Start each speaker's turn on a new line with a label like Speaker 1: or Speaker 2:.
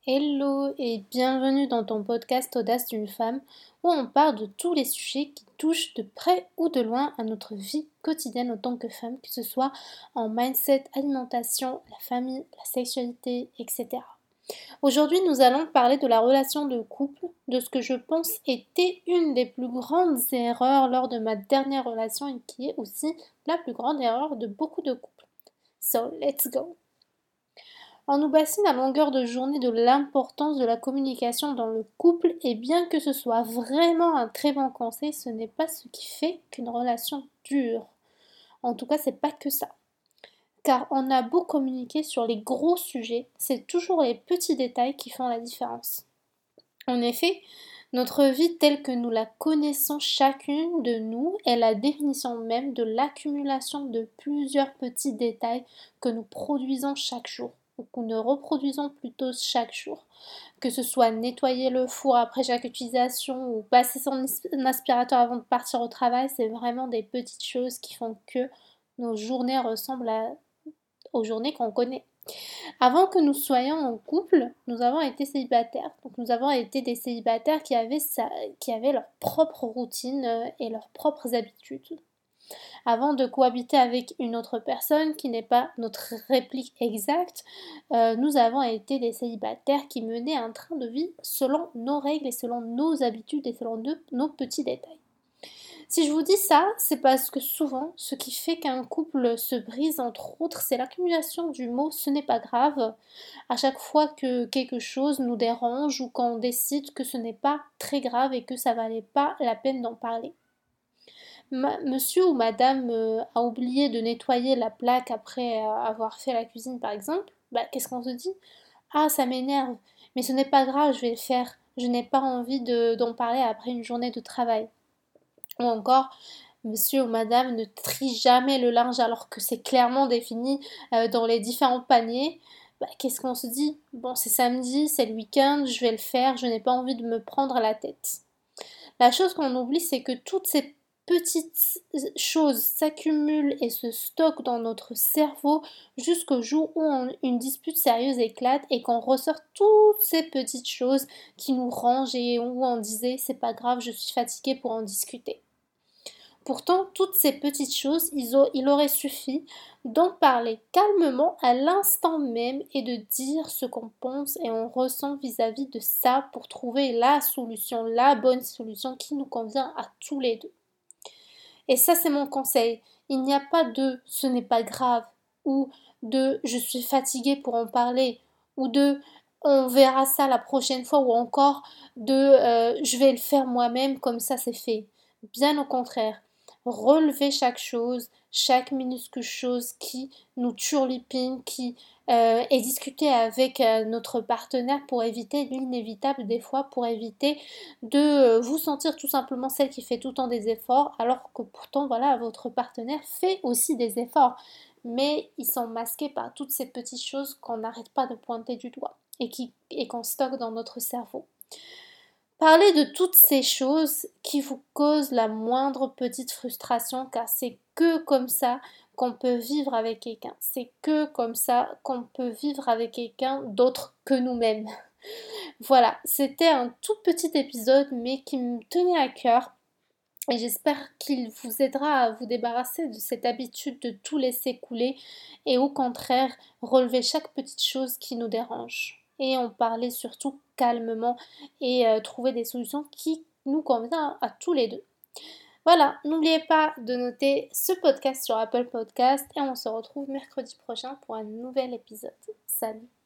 Speaker 1: Hello et bienvenue dans ton podcast Audace d'une femme où on parle de tous les sujets qui touchent de près ou de loin à notre vie quotidienne en tant que femme, que ce soit en mindset, alimentation, la famille, la sexualité, etc. Aujourd'hui, nous allons parler de la relation de couple, de ce que je pense était une des plus grandes erreurs lors de ma dernière relation et qui est aussi la plus grande erreur de beaucoup de couples. So, let's go! On nous bassine à longueur de journée de l'importance de la communication dans le couple et bien que ce soit vraiment un très bon conseil, ce n'est pas ce qui fait qu'une relation dure. En tout cas, c'est pas que ça. Car on a beau communiquer sur les gros sujets, c'est toujours les petits détails qui font la différence. En effet, notre vie telle que nous la connaissons chacune de nous est la définition même de l'accumulation de plusieurs petits détails que nous produisons chaque jour ou que nous reproduisons plutôt chaque jour. Que ce soit nettoyer le four après chaque utilisation ou passer son aspirateur avant de partir au travail, c'est vraiment des petites choses qui font que nos journées ressemblent aux journées qu'on connaît. Avant que nous soyons en couple, nous avons été célibataires. Donc nous avons été des célibataires qui avaient leur propre routine et leurs propres habitudes. Avant de cohabiter avec une autre personne qui n'est pas notre réplique exacte, nous avons été des célibataires qui menaient un train de vie selon nos règles et selon nos habitudes et selon nos petits détails. Si je vous dis ça, c'est parce que souvent, ce qui fait qu'un couple se brise, entre autres, c'est l'accumulation du mot ce n'est pas grave. À chaque fois que quelque chose nous dérange ou qu'on décide que ce n'est pas très grave et que ça valait pas la peine d'en parler. Monsieur ou madame a oublié de nettoyer la plaque après avoir fait la cuisine par exemple, qu'est-ce qu'on se dit? Ah, ça m'énerve, mais ce n'est pas grave, je vais le faire. Je n'ai pas envie d'en parler après une journée de travail. Ou encore, monsieur ou madame ne trie jamais le linge alors que c'est clairement défini dans les différents paniers. Qu'est-ce qu'on se dit? Bon, c'est samedi, c'est le week-end, je vais le faire, je n'ai pas envie de me prendre la tête. La chose qu'on oublie, c'est que toutes ces petites choses s'accumulent et se stockent dans notre cerveau jusqu'au jour où une dispute sérieuse éclate et qu'on ressort toutes ces petites choses qui nous rangent et où on disait c'est pas grave, je suis fatiguée pour en discuter. Pourtant, toutes ces petites choses, il aurait suffi d'en parler calmement à l'instant même et de dire ce qu'on pense et on ressent vis-à-vis de ça pour trouver la solution, la bonne solution qui nous convient à tous les deux. Et ça, c'est mon conseil. Il n'y a pas de ce n'est pas grave ou de je suis fatiguée pour en parler ou de on verra ça la prochaine fois ou encore de je vais le faire moi-même comme ça c'est fait. Bien au contraire, relever chaque chose, chaque minuscule chose qui nous turlupine, et discuter avec notre partenaire pour éviter l'inévitable des fois, pour éviter de vous sentir tout simplement celle qui fait tout le temps des efforts, alors que pourtant voilà votre partenaire fait aussi des efforts, mais ils sont masqués par toutes ces petites choses qu'on n'arrête pas de pointer du doigt et qu'on stocke dans notre cerveau. Parlez de toutes ces choses qui vous causent la moindre petite frustration, car c'est que comme ça qu'on peut vivre avec quelqu'un. C'est que comme ça qu'on peut vivre avec quelqu'un d'autre que nous-mêmes. Voilà, c'était un tout petit épisode, mais qui me tenait à cœur. Et j'espère qu'il vous aidera à vous débarrasser de cette habitude de tout laisser couler et au contraire relever chaque petite chose qui nous dérange. Et en parler surtout calmement et trouver des solutions qui nous conviennent à tous les deux. Voilà, n'oubliez pas de noter ce podcast sur Apple Podcast et on se retrouve mercredi prochain pour un nouvel épisode. Salut!